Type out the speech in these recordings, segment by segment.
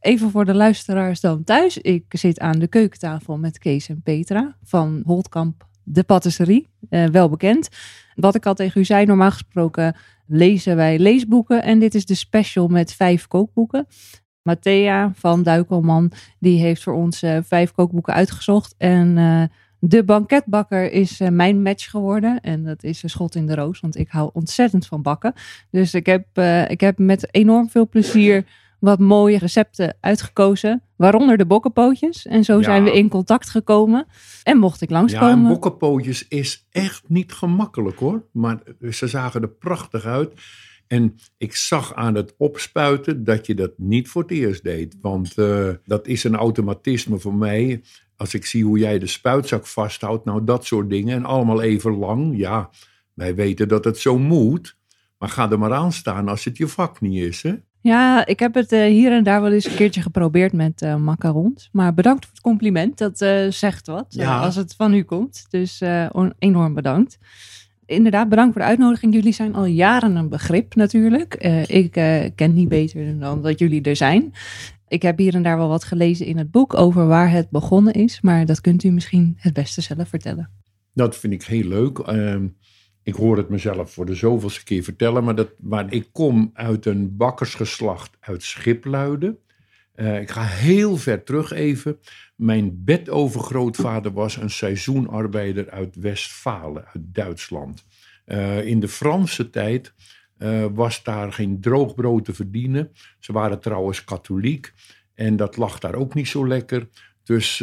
Even voor de luisteraars dan thuis. Ik zit aan de keukentafel met Kees en Petra van Holtkamp de Patisserie. Wel bekend. Wat ik al tegen u zei, normaal gesproken lezen wij leesboeken. En dit is de special met 5 kookboeken. Matthea van Duikelman, die heeft voor ons 5 kookboeken uitgezocht. En de banketbakker is mijn match geworden. En dat is een schot in de roos, want ik hou ontzettend van bakken. Dus ik heb met enorm veel plezier wat mooie recepten uitgekozen. Waaronder de bokkenpootjes. En zo zijn we in contact gekomen. En mocht ik langskomen. Ja, en bokkenpootjes is echt niet gemakkelijk hoor. Maar ze zagen er prachtig uit. En ik zag aan het opspuiten dat je dat niet voor het eerst deed. Want dat is een automatisme voor mij. Als ik zie hoe jij de spuitzak vasthoudt. Nou, dat soort dingen. En allemaal even lang. Ja, wij weten dat het zo moet. Maar ga er maar aan staan als het je vak niet is, hè? Ja, ik heb het hier en daar wel eens een keertje geprobeerd met macarons. Maar bedankt voor het compliment. Dat zegt wat als het van u komt. Dus enorm bedankt. Inderdaad, bedankt voor de uitnodiging. Jullie zijn al jaren een begrip natuurlijk. Ik ken niet beter dan dat jullie er zijn. Ik heb hier en daar wel wat gelezen in het boek over waar het begonnen is. Maar dat kunt u misschien het beste zelf vertellen. Dat vind ik heel leuk. Ik hoor het mezelf voor de zoveelste keer vertellen. Maar ik kom uit een bakkersgeslacht uit Schipluiden. Ik ga heel ver terug even. Mijn bedovergrootvader was een seizoenarbeider uit Westfalen, uit Duitsland. In de Franse tijd was daar geen droogbrood te verdienen. Ze waren trouwens katholiek en dat lag daar ook niet zo lekker. Dus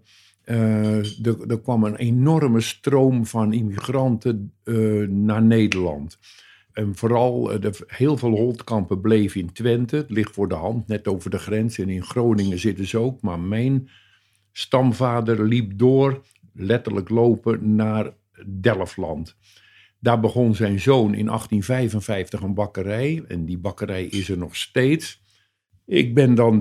er kwam een enorme stroom van immigranten naar Nederland. En vooral heel veel Holtkampen bleven in Twente. Het ligt voor de hand, net over de grens. En in Groningen zitten ze ook. Maar mijn stamvader liep door, letterlijk lopen, naar Delfland. Daar begon zijn zoon in 1855 een bakkerij. En die bakkerij is er nog steeds. Ik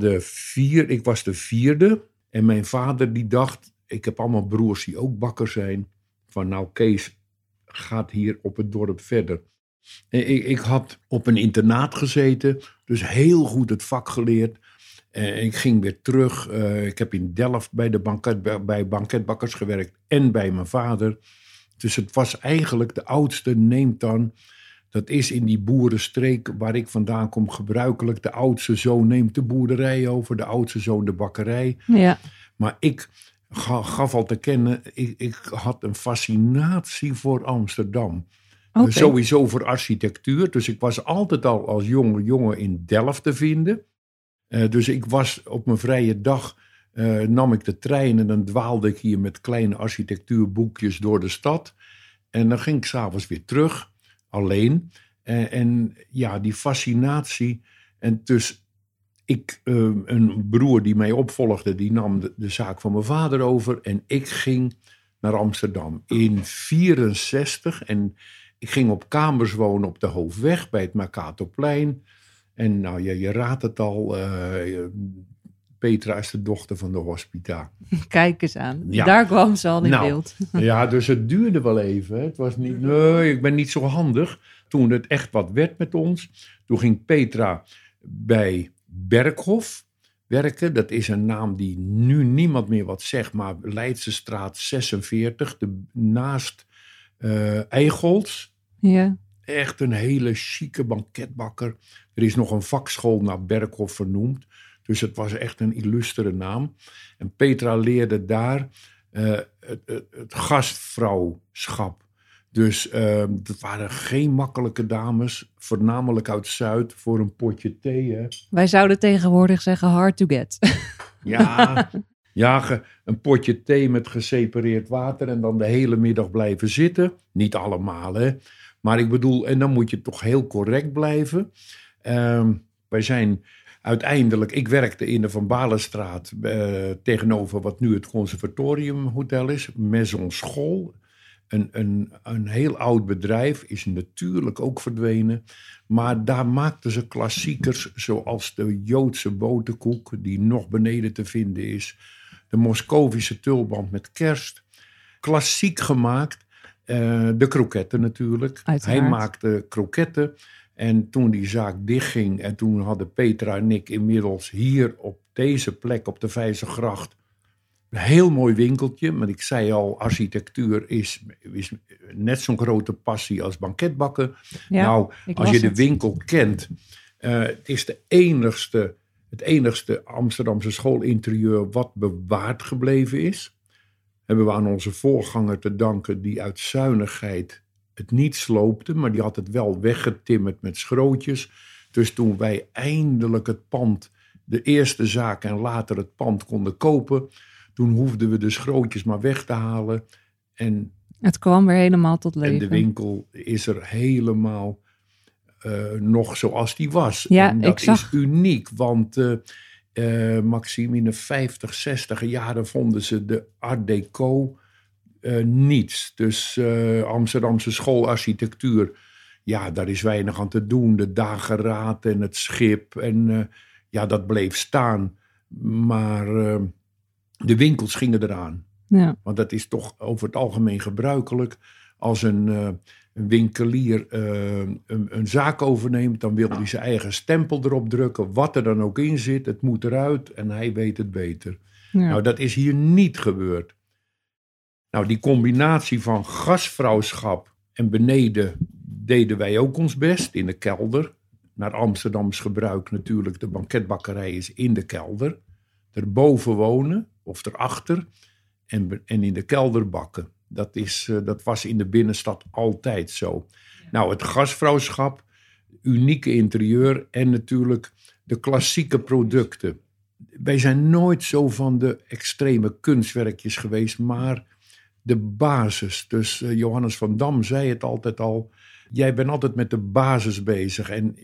was de vierde. En mijn vader die dacht, ik heb allemaal broers die ook bakker zijn. Van nou Kees, gaat hier op het dorp verder. Ik had op een internaat gezeten, dus heel goed het vak geleerd. Ik ging weer terug. Ik heb in Delft bij banketbakkers gewerkt en bij mijn vader. Dus het was eigenlijk de oudste neemt dan. Dat is in die boerenstreek waar ik vandaan kom gebruikelijk. De oudste zoon neemt de boerderij over, de oudste zoon de bakkerij. Ja. Maar ik gaf al te kennen, ik had een fascinatie voor Amsterdam. Okay. Sowieso voor architectuur. Dus ik was altijd al als jonge in Delft te vinden. Dus ik was op mijn vrije dag, nam ik de trein en dan dwaalde ik hier met kleine architectuurboekjes door de stad. En dan ging ik 's avonds weer terug, alleen. En ja, die fascinatie. En dus een broer die mij opvolgde, die nam de zaak van mijn vader over. En ik ging naar Amsterdam in 1964. En ik ging op kamers wonen op de Hoofdweg bij het Mercatorplein. En nou, je raadt het al, Petra is de dochter van de hospita. Kijk eens aan, daar kwam ze al in beeld. Ja, dus het duurde wel even. Het was niet, nee, ik ben niet zo handig. Toen het echt wat werd met ons, toen ging Petra bij Berkhof werken. Dat is een naam die nu niemand meer wat zegt, maar Leidsestraat 46, naast Eichholz. Ja. Echt een hele chique banketbakker. Er is nog een vakschool naar Berkhof vernoemd. Dus het was echt een illustere naam. En Petra leerde daar het gastvrouwschap. Dus dat waren geen makkelijke dames. Voornamelijk uit Zuid voor een potje thee. Hè. Wij zouden tegenwoordig zeggen hard to get. Ja, een potje thee met gesepareerd water en dan de hele middag blijven zitten. Niet allemaal, hè. Maar ik bedoel, en dan moet je toch heel correct blijven. Wij zijn uiteindelijk, ik werkte in de Van Balenstraat tegenover wat nu het Conservatoriumhotel is. Maison School. Een heel oud bedrijf, is natuurlijk ook verdwenen. Maar daar maakten ze klassiekers zoals de Joodse boterkoek, die nog beneden te vinden is. De Moscovische tulband met kerst. Klassiek gemaakt. De kroketten natuurlijk. Uiteraard. Hij maakte kroketten. En toen die zaak dichtging en toen hadden Petra en ik inmiddels hier op deze plek op de Vijzergracht een heel mooi winkeltje. Maar ik zei al, architectuur is net zo'n grote passie als banketbakken. Ja, nou, als je de winkel kent, het is het enigste Amsterdamse schoolinterieur wat bewaard gebleven is. Hebben we aan onze voorganger te danken die uit zuinigheid het niet sloopte, maar die had het wel weggetimmerd met schrootjes. Dus toen wij eindelijk het pand, de eerste zaak en later het pand konden kopen, toen hoefden we de schrootjes maar weg te halen. En het kwam weer helemaal tot leven. En de winkel is er helemaal nog zoals die was. Ja, en dat is uniek, want Maxime, in de 50, 60 jaren vonden ze de Art Deco niets. Dus Amsterdamse schoolarchitectuur, ja, daar is weinig aan te doen. De dageraad en het schip en ja, dat bleef staan. Maar de winkels gingen eraan. Ja. Want dat is toch over het algemeen gebruikelijk. Als een winkelier een zaak overneemt, dan wil hij zijn eigen stempel erop drukken. Wat er dan ook in zit, het moet eruit en hij weet het beter. Ja. Nou, dat is hier niet gebeurd. Nou, die combinatie van gastvrouwschap en beneden deden wij ook ons best in de kelder. Naar Amsterdams gebruik natuurlijk, de banketbakkerij is in de kelder. Erboven wonen of erachter en in de kelder bakken. Dat was in de binnenstad altijd zo. Ja. Nou, het gastvrouwschap, unieke interieur en natuurlijk de klassieke producten. Wij zijn nooit zo van de extreme kunstwerkjes geweest, maar de basis. Dus Johannes van Dam zei het altijd al. Jij bent altijd met de basis bezig. En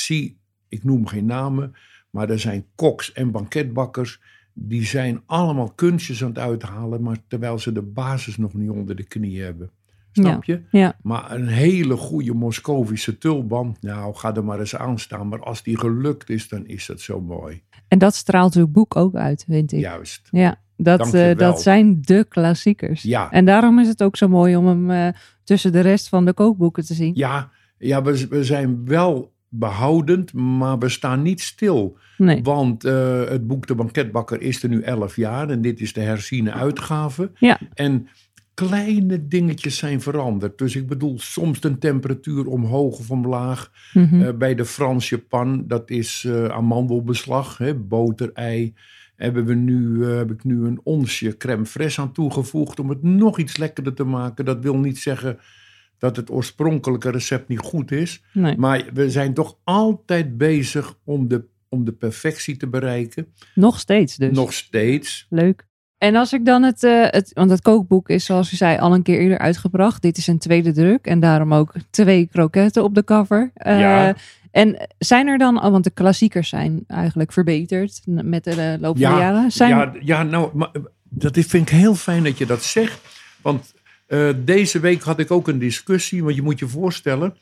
ik noem geen namen, maar er zijn koks en banketbakkers. Die zijn allemaal kunstjes aan het uithalen, maar terwijl ze de basis nog niet onder de knie hebben. Snap je? Ja. Maar een hele goede Moscovische tulband, nou, ga er maar eens aan staan. Maar als die gelukt is, dan is dat zo mooi. En dat straalt uw boek ook uit, vind ik. Juist. Ja, dat zijn de klassiekers. Ja. En daarom is het ook zo mooi om hem tussen de rest van de kookboeken te zien. Ja, we zijn wel behoudend, maar we staan niet stil. Nee. Want het boek De Banketbakker is er nu 11 jaar en dit is de herziene uitgave. Ja. En kleine dingetjes zijn veranderd. Dus ik bedoel, soms de temperatuur omhoog of omlaag. Mm-hmm. Bij de Fransje pan, dat is amandelbeslag, boter, ei. Heb ik nu een onsje crème fraîche aan toegevoegd om het nog iets lekkerder te maken. Dat wil niet zeggen dat het oorspronkelijke recept niet goed is. Nee. Maar we zijn toch altijd bezig om de perfectie te bereiken. Nog steeds dus. Nog steeds. Leuk. En als ik dan want het kookboek is, zoals u zei, al een keer eerder uitgebracht. Dit is een tweede druk en daarom ook 2 kroketten op de cover. Ja. En zijn er dan, want de klassiekers zijn eigenlijk verbeterd met de loop van de jaren. Nou, maar vind ik heel fijn dat je dat zegt. Want deze week had ik ook een discussie, want je moet je voorstellen,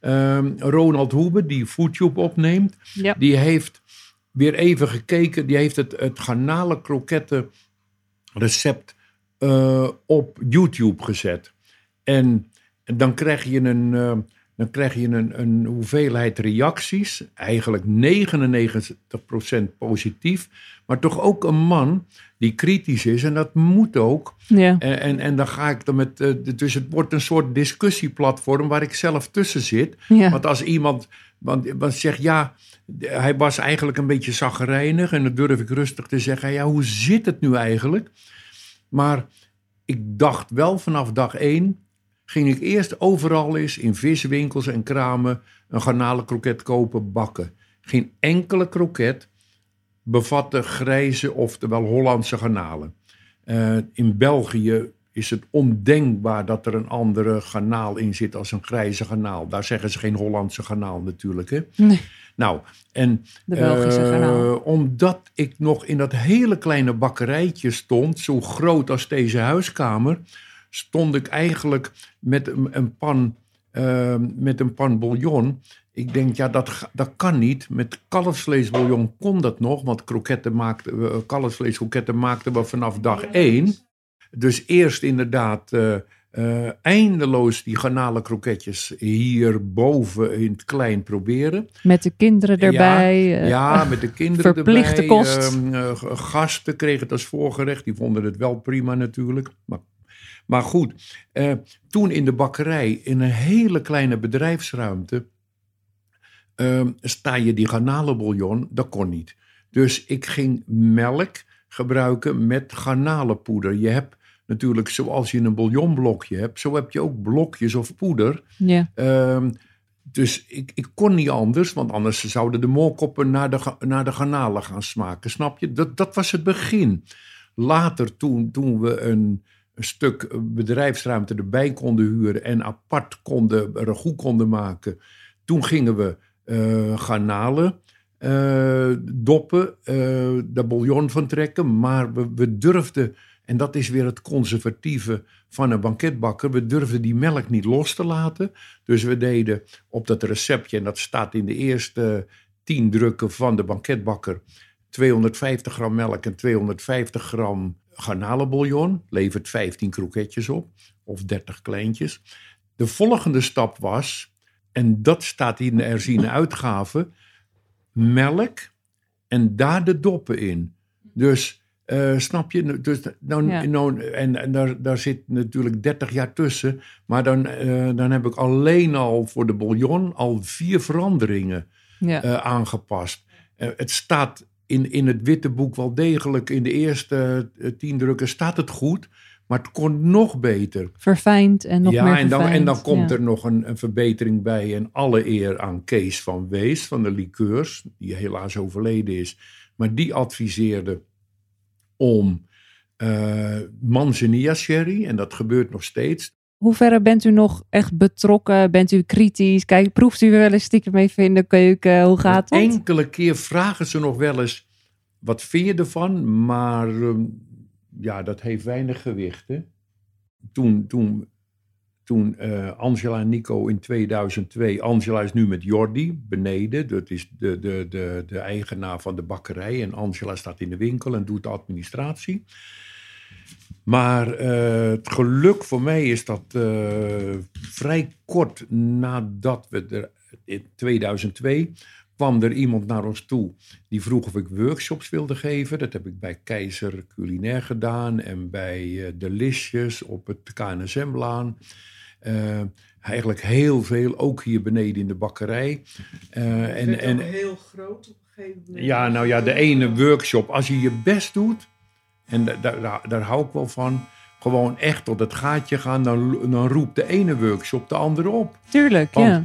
Ronald Hoebe, die FoodTube opneemt, die heeft weer even gekeken, die heeft het garnalen kroketten recept op YouTube gezet. En dan krijg je een hoeveelheid reacties, eigenlijk 99% positief, maar toch ook een man die kritisch is en dat moet ook. Ja. En dan ga ik dan dus het wordt een soort discussieplatform waar ik zelf tussen zit. Ja. Want als iemand zegt, ja, hij was eigenlijk een beetje chagrijnig en dan durf ik rustig te zeggen, ja, hoe zit het nu eigenlijk? Maar ik dacht wel vanaf dag 1, ging ik eerst overal eens in viswinkels en kramen een garnalenkroket kopen, bakken. Geen enkele kroket bevatte grijze, oftewel Hollandse garnalen. In België is het ondenkbaar dat er een andere garnaal in zit als een grijze garnaal. Daar zeggen ze geen Hollandse garnaal natuurlijk. Hè? Nee. Nou, en de Belgische garnaal. Omdat ik nog in dat hele kleine bakkerijtje stond, zo groot als deze huiskamer, stond ik eigenlijk met een pan bouillon. Ik denk, ja, dat kan niet. Met kalfsvleesbouillon kon dat nog, want kalfsvleeskroketten maakten we vanaf dag 1. Dus eerst inderdaad eindeloos die garnalenkroketjes hierboven in het klein proberen. Met de kinderen erbij. Ja, met de kinderen verplichte erbij. kost. Gasten kregen het als voorgerecht. Die vonden het wel prima natuurlijk. Maar goed, toen in de bakkerij, in een hele kleine bedrijfsruimte, sta je die garnalenbouillon, dat kon niet. Dus ik ging melk gebruiken met garnalenpoeder. Je hebt natuurlijk, zoals je een bouillonblokje hebt, zo heb je ook blokjes of poeder. Ja. Dus ik kon niet anders, want anders zouden de moorkoppen naar de garnalen gaan smaken. Snap je? Dat was het begin. Later, toen we een stuk bedrijfsruimte erbij konden huren en apart ragout konden maken, toen gingen we garnalen doppen, de bouillon van trekken. Maar we durfden, en dat is weer het conservatieve van een banketbakker, we durfden die melk niet los te laten. Dus we deden op dat receptje, en dat staat in de eerste 10 drukken van de banketbakker, 250 gram melk en 250 gram garnalenbouillon. Levert 15 kroketjes op, of 30 kleintjes. De volgende stap was, en dat staat in de herziene uitgave, melk en daar de doppen in. Dus, snap je? Dus, daar zit natuurlijk 30 jaar tussen. Maar dan heb ik alleen al voor de bouillon al 4 veranderingen aangepast. Het staat in het witte boek wel degelijk, in de eerste 10 drukken staat het goed. Maar het kon nog beter. Verfijnd en nog meer verfijnd. En dan komt er nog een verbetering bij. En alle eer aan Kees van Wees van de liqueurs, die helaas overleden is. Maar die adviseerde om Manzanilla sherry. En dat gebeurt nog steeds. Hoe ver bent u nog echt betrokken? Bent u kritisch? Kijk, proeft u wel eens stiekem mee in de keuken? Hoe gaat dat? Enkele keer vragen ze nog wel eens, wat vind je ervan? Maar dat heeft weinig gewicht. Hè? Toen Angela en Nico in 2002... Angela is nu met Jordi beneden. Dat is de eigenaar van de bakkerij. En Angela staat in de winkel en doet de administratie. Maar het geluk voor mij is dat vrij kort nadat we er in 2002... kwam er iemand naar ons toe die vroeg of ik workshops wilde geven. Dat heb ik bij Keizer Culinair gedaan en bij Delicious op het KNSM-laan. Eigenlijk heel veel, ook hier beneden in de bakkerij. En heel groot op een gegeven moment. Ja, nou ja, de ene workshop, als je je best doet, en daar hou ik wel van, gewoon echt tot het gaatje gaan, dan roept de ene workshop de andere op. Tuurlijk, want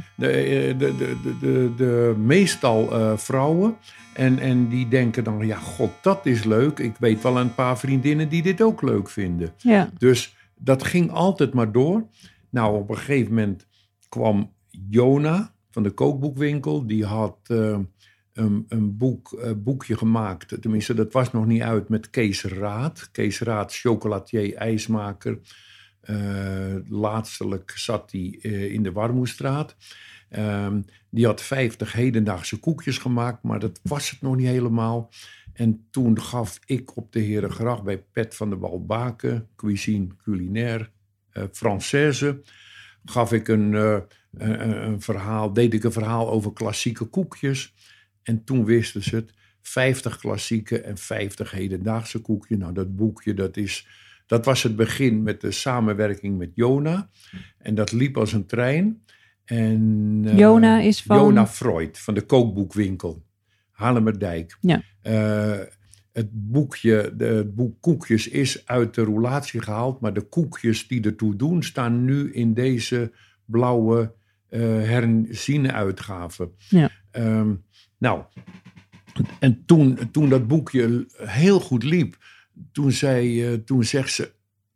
de meestal vrouwen, en die denken dan, ja, god, dat is leuk. Ik weet wel een paar vriendinnen die dit ook leuk vinden. Ja. Dus dat ging altijd maar door. Nou, op een gegeven moment kwam Jona van de kookboekwinkel. Die had een boekje gemaakt. Tenminste, dat was nog niet uit, met Kees Raad. Kees Raad, chocolatier, ijsmaker. Laatstelijk zat hij in de Warmoestraat. Die had 50 hedendaagse koekjes gemaakt, maar dat was het nog niet helemaal. En toen gaf ik op de Herengracht bij Pet van de Walbaken, cuisine culinaire, Française, gaf ik een verhaal, deed ik een verhaal over klassieke koekjes. En toen wisten ze het, 50 klassieke en 50 hedendaagse koekjes. Nou, dat boekje, dat was het begin met de samenwerking met Jona. En dat liep als een trein. En Jona is van? Jona Freud, van de kookboekwinkel. Haarlemmerdijk. Ja. Het boek Koekjes is uit de roulatie gehaald. Maar de koekjes die ertoe doen, staan nu in deze blauwe herziene uitgave. Ja. Nou, en toen dat boekje heel goed liep, toen zegt ze,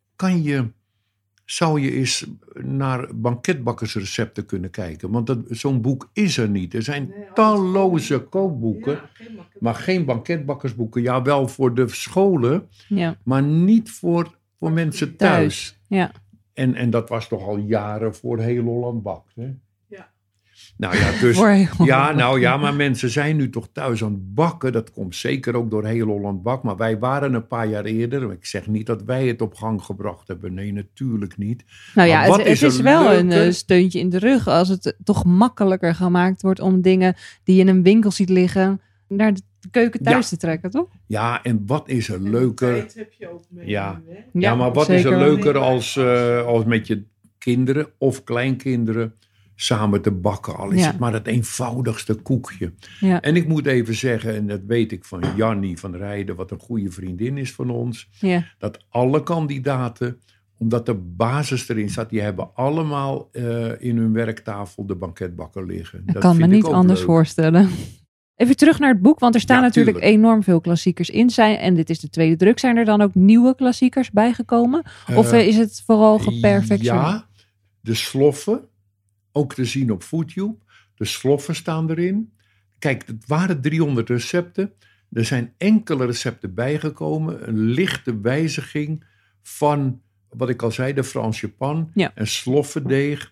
zou je eens naar banketbakkersrecepten kunnen kijken? Want zo'n boek is er niet. Er zijn talloze kookboeken, maar geen banketbakkersboeken. Ja, wel voor de scholen, maar niet voor mensen thuis. Ja. En dat was toch al jaren voor heel Holland Bakt. Hè? Ja. Nou ja, dus, maar mensen zijn nu toch thuis aan het bakken. Dat komt zeker ook door heel Holland Bak. Maar wij waren een paar jaar eerder. Ik zeg niet dat wij het op gang gebracht hebben. Nee, natuurlijk niet. Nou ja, het is wel een steuntje in de rug als het toch makkelijker gemaakt wordt om dingen die je in een winkel ziet liggen naar de keuken thuis te trekken, toch? Ja, en wat is er leuker? Tijd heb je ook mee. Ja, maar wat zeker. Is er leuker als met je kinderen of kleinkinderen samen te bakken, al is het maar het eenvoudigste koekje. Ja. En ik moet even zeggen, en dat weet ik van Jannie van Rijden, wat een goede vriendin is van ons, dat alle kandidaten, omdat de basis erin staat, die hebben allemaal in hun werktafel de banketbakker liggen. Dat kan me niet anders voorstellen. Even terug naar het boek, want er staan natuurlijk enorm veel klassiekers in. En dit is de tweede druk. Zijn er dan ook nieuwe klassiekers bijgekomen? Of is het vooral geperfectioneerd? Ja, de sloffen. Ook te zien op Foodtube. De sloffen staan erin. Kijk, het waren 300 recepten. Er zijn enkele recepten bijgekomen. Een lichte wijziging van, wat ik al zei, de Franse pan. Ja. En sloffendeeg.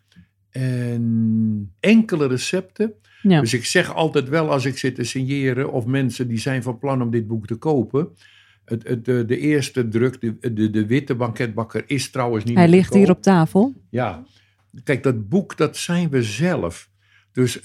En enkele recepten. Ja. Dus ik zeg altijd wel als ik zit te signeren of mensen die zijn van plan om dit boek te kopen. De eerste druk, de witte banketbakker is trouwens niet. Hij ligt hier op tafel. Ja. Kijk, dat boek, dat zijn we zelf. Dus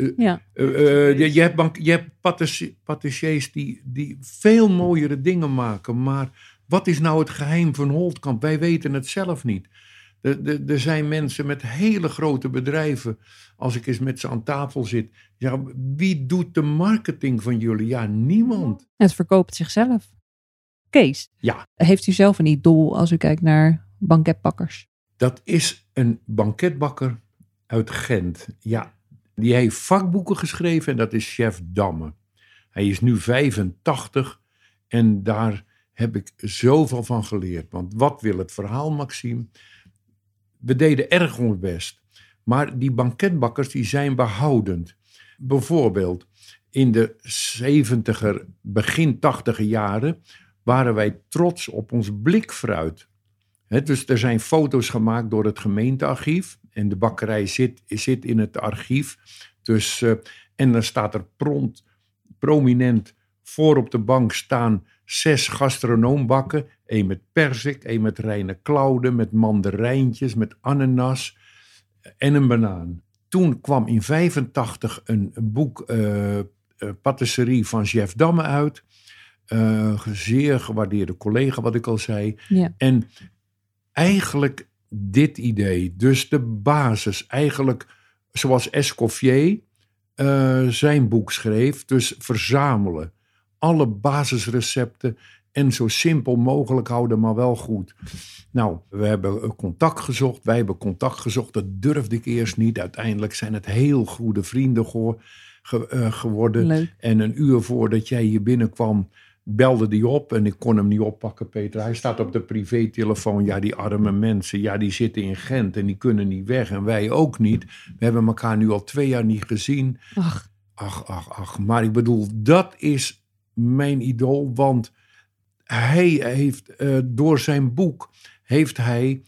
je hebt patissiers die veel mooiere dingen maken. Maar wat is nou het geheim van Holtkamp? Wij weten het zelf niet. Er zijn mensen met hele grote bedrijven. Als ik eens met ze aan tafel zit. Ja, wie doet de marketing van jullie? Ja, niemand. Het verkoopt zichzelf. Kees, heeft u zelf een idool als u kijkt naar banketbakkers? Dat is een banketbakker uit Gent. Ja, die heeft vakboeken geschreven en dat is chef Damme. Hij is nu 85 en daar heb ik zoveel van geleerd. Want wat wil het verhaal, Maxime? We deden erg ons best. Maar die banketbakkers die zijn behoudend. Bijvoorbeeld in de 70er, begin 80er jaren waren wij trots op ons blikfruit. Dus er zijn foto's gemaakt door het gemeentearchief. En de bakkerij zit in het archief. Dus, en dan staat er prominent voor op de bank staan 6 gastronoombakken. 1 met perzik, 1 met reine klauwen, met mandarijntjes, met ananas en een banaan. Toen kwam in 85 een boek patisserie van chef Damme uit. Zeer gewaardeerde collega, wat ik al zei. Ja. En eigenlijk dit idee, dus de basis, eigenlijk zoals Escoffier zijn boek schreef, dus verzamelen. Alle basisrecepten en zo simpel mogelijk houden, maar wel goed. Nou, we hebben contact gezocht, wij hebben contact gezocht, dat durfde ik eerst niet. Uiteindelijk zijn het heel goede vrienden geworden. Leuk. En een uur voordat jij hier binnenkwam, belde die op en ik kon hem niet oppakken, Peter. Hij staat op de privételefoon. Ja, die arme mensen, ja, die zitten in Gent en die kunnen niet weg. En wij ook niet. We hebben elkaar nu al 2 jaar niet gezien. Ach. Maar ik bedoel, dat is mijn idool, want hij heeft door zijn boek heeft hij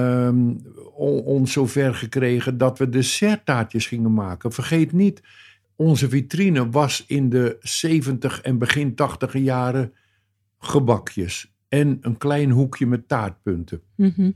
ons zover gekregen dat we desserttaartjes gingen maken. Vergeet niet, onze vitrine was in de 70 en begin 80 jaren gebakjes. En een klein hoekje met taartpunten. Mm-hmm.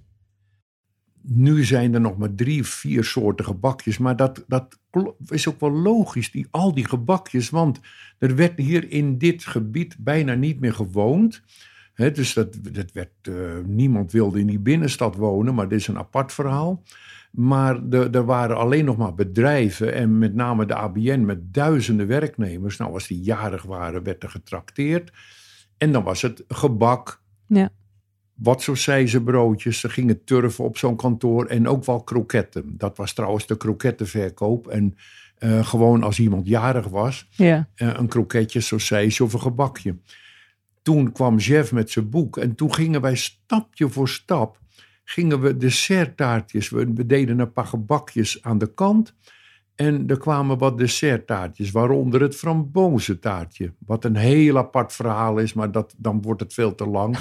Nu zijn er nog maar 3 of 4 soorten gebakjes. Maar dat is ook wel logisch, al die gebakjes. Want er werd hier in dit gebied bijna niet meer gewoond. Dus niemand wilde in die binnenstad wonen. Maar dit is een apart verhaal. Maar er waren alleen nog maar bedrijven en met name de ABN met duizenden werknemers. Nou, als die jarig waren, werd er getrakteerd. En dan was het gebak, wat sausijzenbroodjes. Ze gingen turven op zo'n kantoor en ook wel kroketten. Dat was trouwens de krokettenverkoop. En gewoon als iemand jarig was, een kroketje, sausijs of een gebakje. Toen kwam Jeff met zijn boek en toen gingen wij stapje voor stap gingen we desserttaartjes. We deden een paar gebakjes aan de kant. En er kwamen wat desserttaartjes, waaronder het frambozentaartje. Wat een heel apart verhaal is, maar dan wordt het veel te lang.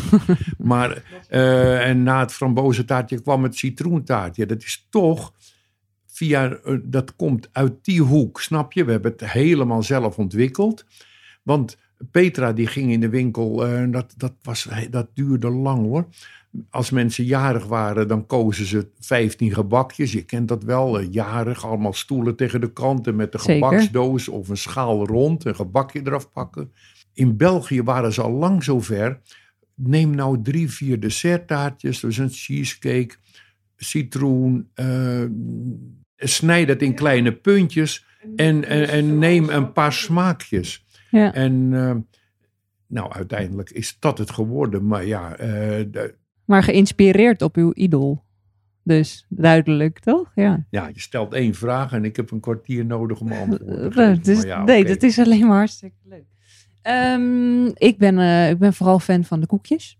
En na het frambozentaartje kwam het citroentaartje. Dat is toch dat komt uit die hoek, snap je? We hebben het helemaal zelf ontwikkeld. Want Petra die ging in de winkel, dat duurde lang hoor. Als mensen jarig waren, dan kozen ze 15 gebakjes. Je kent dat wel, jarig, allemaal stoelen tegen de kanten met een gebaksdoos of een schaal rond, een gebakje eraf pakken. In België waren ze al lang zover. Neem nou 3-4 desserttaartjes, dus een cheesecake, citroen, snijd dat in kleine puntjes en neem een paar smaakjes. Ja. En nou, uiteindelijk is dat het geworden. Maar ja... Maar geïnspireerd op uw idool. Dus duidelijk, toch? Ja, ja, je stelt 1 vraag en ik heb een kwartier nodig om antwoord te geven. Nee, dat is alleen maar hartstikke leuk. Ik ben vooral fan van de koekjes.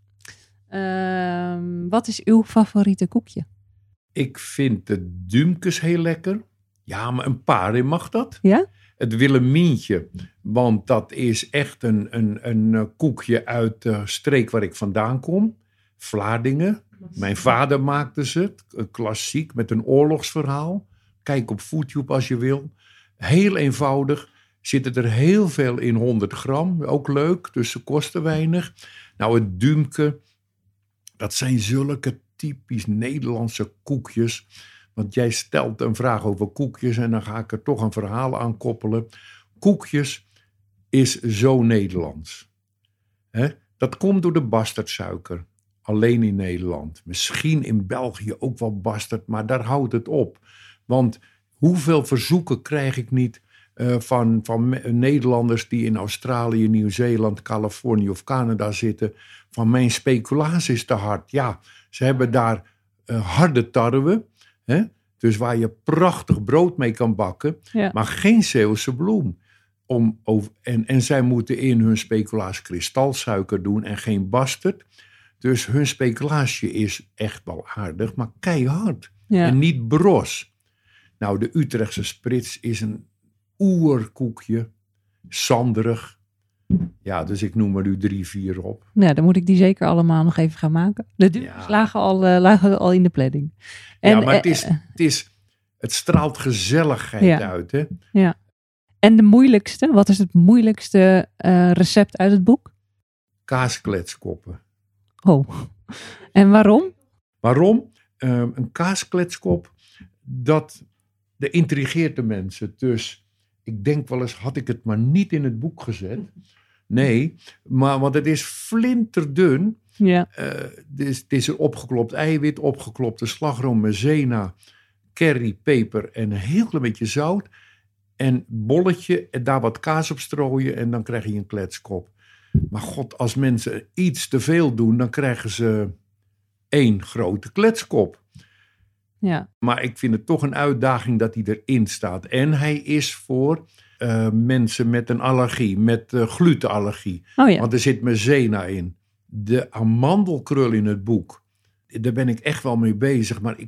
Wat is uw favoriete koekje? Ik vind de Dumkes heel lekker. Ja, maar een paar in mag dat. Ja? Het Willemientje, want dat is echt een koekje uit de streek waar ik vandaan kom. Vlaardingen. Mijn vader maakte ze. Klassiek, met een oorlogsverhaal. Kijk op YouTube als je wil. Heel eenvoudig. Zitten er heel veel in 100 gram. Ook leuk, dus ze kosten weinig. Nou, het Dumke, dat zijn zulke typisch Nederlandse koekjes. Want jij stelt een vraag over koekjes en dan ga ik er toch een verhaal aan koppelen. Koekjes is zo Nederlands. Dat komt door de bastardsuiker. Alleen in Nederland. Misschien in België ook wel bastard, maar daar houdt het op. Want hoeveel verzoeken krijg ik niet van Nederlanders die in Australië, Nieuw-Zeeland, Californië of Canada zitten. Van mijn speculatie is te hard. Ja, ze hebben daar harde tarwe. Hè? Dus waar je prachtig brood mee kan bakken. Ja. Maar geen Zeeuwse bloem. En zij moeten in hun speculaas kristalsuiker doen en geen bastard. Dus hun speculatie is echt wel aardig, maar keihard. Ja. En niet bros. Nou, de Utrechtse sprits is een oerkoekje. Sanderig. Ja, dus ik noem er nu 3-4 op. Ja, dan moet ik die zeker allemaal nog even gaan maken. De duurtjes lagen al in de planning. En, ja, maar het straalt gezelligheid uit. Hè? Ja. En de moeilijkste, wat is het moeilijkste recept uit het boek? Kaaskletskoppen. Oh, en waarom? Waarom? Een kaaskletskop, dat intrigeert de mensen. Dus ik denk wel eens, had ik het maar niet in het boek gezet. Nee, want het is flinterdun. Ja. Het is een opgeklopt eiwit, opgeklopte slagroom, maizena, curry, peper en een heel klein beetje zout. En bolletje en daar wat kaas op strooien en dan krijg je een kletskop. Maar god, als mensen iets te veel doen, dan krijgen ze 1 grote kletskop. Ja. Maar ik vind het toch een uitdaging dat hij erin staat. En hij is voor mensen met een allergie, met glutenallergie. Oh ja. Want er zit maizena in. De amandelkrul in het boek, daar ben ik echt wel mee bezig. Maar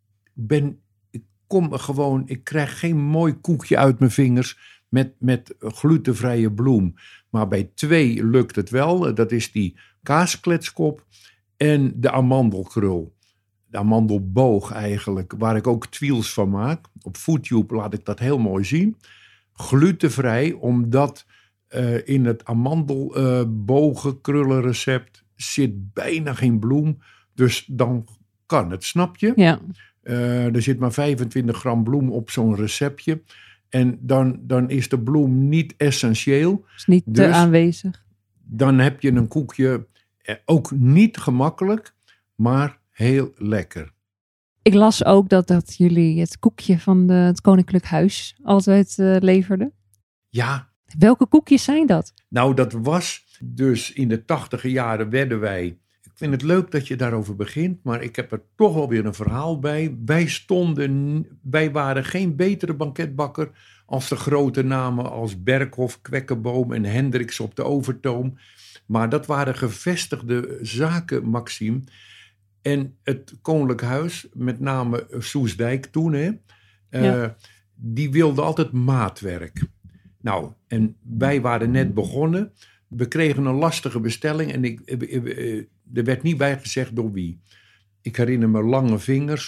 ik krijg geen mooi koekje uit mijn vingers met glutenvrije bloem. Maar bij 2 lukt het wel. Dat is die kaaskletskop en de amandelkrul. De amandelboog eigenlijk, waar ik ook twiels van maak. Op FoodTube laat ik dat heel mooi zien. Glutenvrij, omdat in het amandelbogenkrullenrecept zit bijna geen bloem. Dus dan kan het, snap je? Ja. Er zit maar 25 gram bloem op zo'n receptje. En dan is de bloem niet essentieel. Is niet te aanwezig. Dan heb je een koekje, ook niet gemakkelijk, maar heel lekker. Ik las ook dat jullie het koekje van het Koninklijk Huis altijd leverden. Ja. Welke koekjes zijn dat? Nou, dat was dus in de 80e jaren werden wij... Ik vind het leuk dat je daarover begint, maar ik heb er toch wel weer een verhaal bij. Wij waren geen betere banketbakker als de grote namen als Berghoff, Kwekkenboom en Hendricks op de Overtoom. Maar dat waren gevestigde zaken, Maxime. En het Koninklijk Huis, met name Soesdijk toen, die wilde altijd maatwerk. Nou, en wij waren net begonnen. We kregen een lastige bestelling en er werd niet bij gezegd door wie. Ik herinner me lange vingers,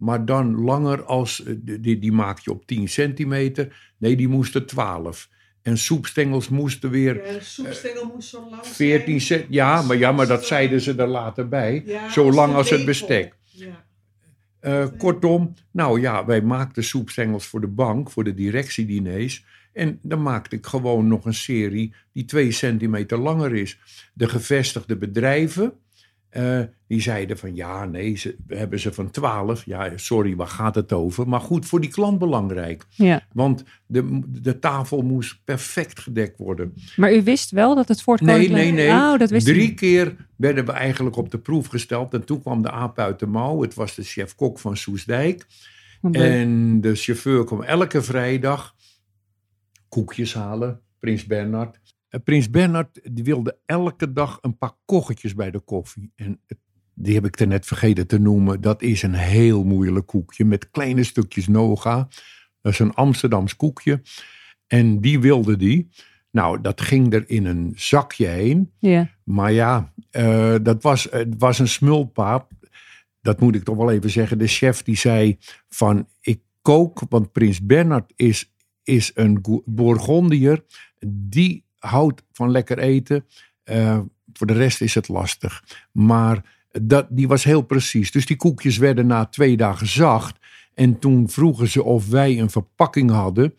maar dan langer als, die maak je op 10 centimeter. Nee, die moesten 12. En soepstengels moesten weer... Ja, de soepstengel moest zo lang 14 zijn. centimeter. Ja, maar dat zeiden ze er later bij. Ja, zo lang als het lepel. bestek. Ja. Kortom, nou ja, wij maakten soepstengels voor de bank, voor de directiediners. En dan maakte ik gewoon nog een serie die 2 centimeter langer is. De gevestigde bedrijven, die zeiden van ja, nee, hebben ze van 12. Ja, sorry, waar gaat het over? Maar goed, voor die klant belangrijk. Ja. Want de tafel moest perfect gedekt worden. Maar u wist wel dat het voortkant... Nee. Oh, dat wist 3 u. keer werden we eigenlijk op de proef gesteld. En toen kwam de aap uit de mouw. Het was de chef-kok van Soestdijk. En de chauffeur kwam elke vrijdag koekjes halen, Prins Bernhard. Prins Bernhard die wilde elke dag een paar koggetjes bij de koffie. En die heb ik er net vergeten te noemen. Dat is een heel moeilijk koekje met kleine stukjes noga. Dat is een Amsterdams koekje. En die wilde die. Nou, dat ging er in een zakje heen. Ja. Maar ja, het was een smulpaap. Dat moet ik toch wel even zeggen. De chef die zei van, ik kook, want Prins Bernhard is een Bourgondier. Die houdt van lekker eten. Voor de rest is het lastig. Maar die was heel precies. Dus die koekjes werden na 2 dagen zacht. En toen vroegen ze of wij een verpakking hadden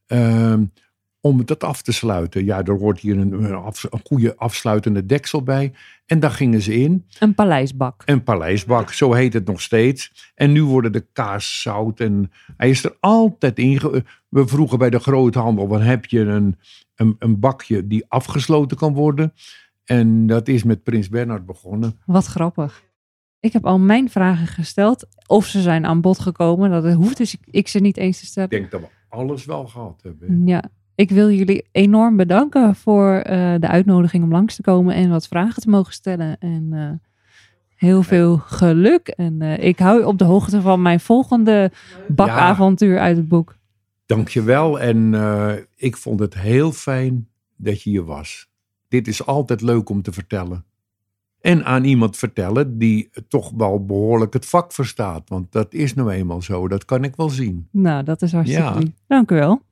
om het af te sluiten. Ja, er hoort hier een goede afsluitende deksel bij. En daar gingen ze in. Een paleisbak. Een paleisbak, zo heet het nog steeds. En nu worden de kaas zout. En hij is er altijd in. We vroegen bij de groothandel, dan heb je een bakje die afgesloten kan worden. En dat is met Prins Bernhard begonnen. Wat grappig. Ik heb al mijn vragen gesteld. Of ze zijn aan bod gekomen. Dat hoeft dus ik ze niet eens te stellen. Ik denk dat we alles wel gehad hebben. Ja. Ik wil jullie enorm bedanken voor de uitnodiging om langs te komen en wat vragen te mogen stellen. En heel veel geluk. En ik hou je op de hoogte van mijn volgende bakavontuur uit het boek. Dankjewel. En ik vond het heel fijn dat je hier was. Dit is altijd leuk om te vertellen. En aan iemand vertellen die toch wel behoorlijk het vak verstaat. Want dat is nou eenmaal zo. Dat kan ik wel zien. Nou, dat is hartstikke Ja. lief. Dank u wel.